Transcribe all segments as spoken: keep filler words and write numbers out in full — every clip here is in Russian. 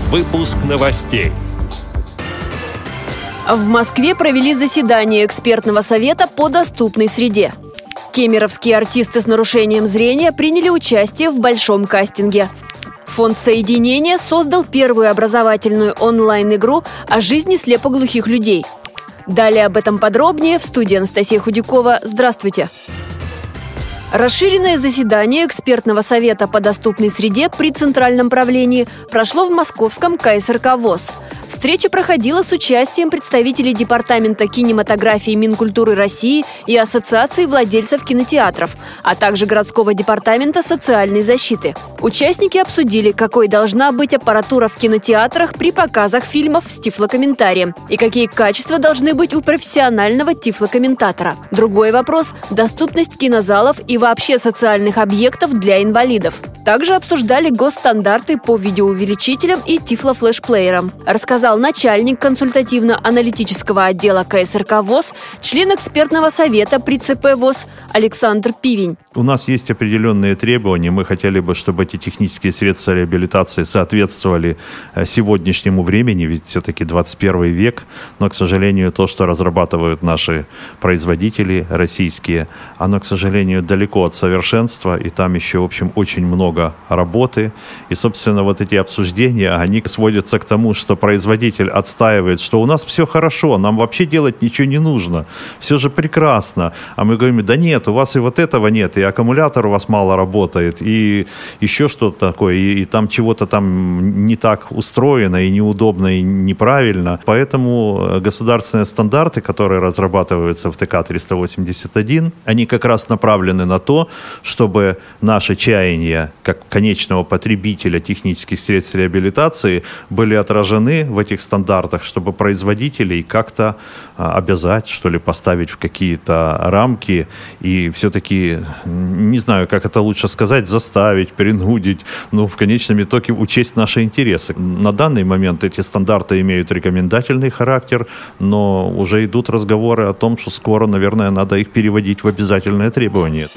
Выпуск новостей. В Москве провели заседание экспертного совета по доступной среде. Кемеровские артисты с нарушением зрения приняли участие в большом кастинге. Фонд соединения создал первую образовательную онлайн-игру о жизни слепоглухих людей. Далее об этом подробнее в студии Анастасия Худякова. Здравствуйте! Расширенное заседание экспертного совета по доступной среде при Центральном правлении прошло в московском ка эс эр ка ВОС. Встреча проходила с участием представителей Департамента кинематографии Минкультуры России и Ассоциации владельцев кинотеатров, а также городского департамента социальной защиты. Участники обсудили, какой должна быть аппаратура в кинотеатрах при показах фильмов с тифлокомментарием и какие качества должны быть у профессионального тифлокомментатора. Другой вопрос – доступность кинозалов и вообще социальных объектов для инвалидов. Также обсуждали госстандарты по видеоувеличителям и тифлофлешплеерам, рассказал начальник консультативно-аналитического отдела ка эс эр ка ВОС, член экспертного совета при цэ пэ ВОС Александр Пивень. У нас есть определенные требования. Мы хотели бы, чтобы эти технические средства реабилитации соответствовали сегодняшнему времени, ведь все-таки двадцать первый век. Но, к сожалению, то, что разрабатывают наши производители российские, оно, к сожалению, далеко от совершенства, и там еще, в общем, очень много работы. И, собственно, вот эти обсуждения, они сводятся к тому, что производитель отстаивает, что у нас все хорошо, нам вообще делать ничего не нужно, все же прекрасно. А мы говорим, да нет, у вас и вот этого нет, и аккумулятор у вас мало работает, и еще что-то такое, и, и там чего-то там не так устроено, и неудобно, и неправильно. Поэтому государственные стандарты, которые разрабатываются в тэ ка триста восемьдесят один, они как раз направлены на то, чтобы наши чаяния, как конечного потребителя технических средств реабилитации, были отражены в этих стандартах, чтобы производителей как-то а, обязать, что ли, поставить в какие-то рамки и все-таки, не знаю, как это лучше сказать, заставить, принудить, но в конечном итоге учесть наши интересы. На данный момент эти стандарты имеют рекомендательный характер, но уже идут разговоры о том, что скоро, наверное, надо их переводить в обязательные требования.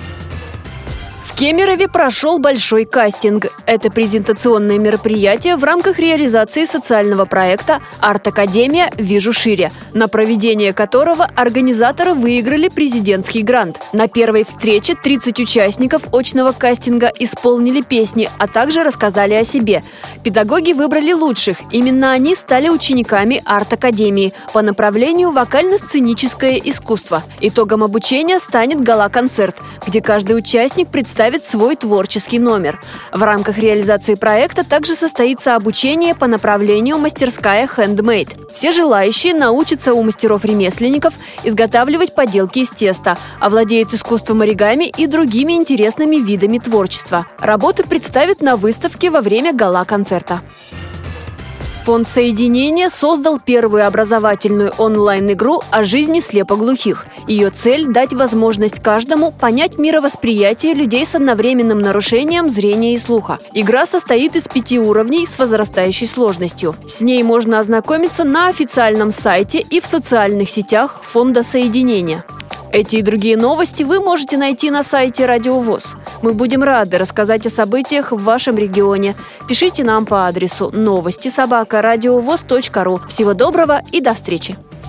В Кемерове прошел большой кастинг. Это презентационное мероприятие в рамках реализации социального проекта «Арт-академия. Вижу шире», на проведение которого организаторы выиграли президентский грант. На первой встрече тридцать участников очного кастинга исполнили песни, а также рассказали о себе. Педагоги выбрали лучших. Именно они стали учениками арт-академии по направлению вокально-сценическое искусство. Итогом обучения станет гала-концерт, где каждый участник представит свой творческий номер. В рамках реализации проекта также состоится обучение по направлению мастерская «Хэндмейд». Все желающие научатся у мастеров-ремесленников изготавливать поделки из теста, овладеют искусством оригами и другими интересными видами творчества. Работы представят на выставке во время гала-концерта. Фонд соединения создал первую образовательную онлайн-игру о жизни слепоглухих. Ее цель – дать возможность каждому понять мировосприятие людей с одновременным нарушением зрения и слуха. Игра состоит из пяти уровней с возрастающей сложностью. С ней можно ознакомиться на официальном сайте и в социальных сетях Фонда соединения. Эти и другие новости вы можете найти на сайте Радио ВОС. Мы будем рады рассказать о событиях в вашем регионе. Пишите нам по адресу новости собака радиовос точка ру. Всего доброго и до встречи!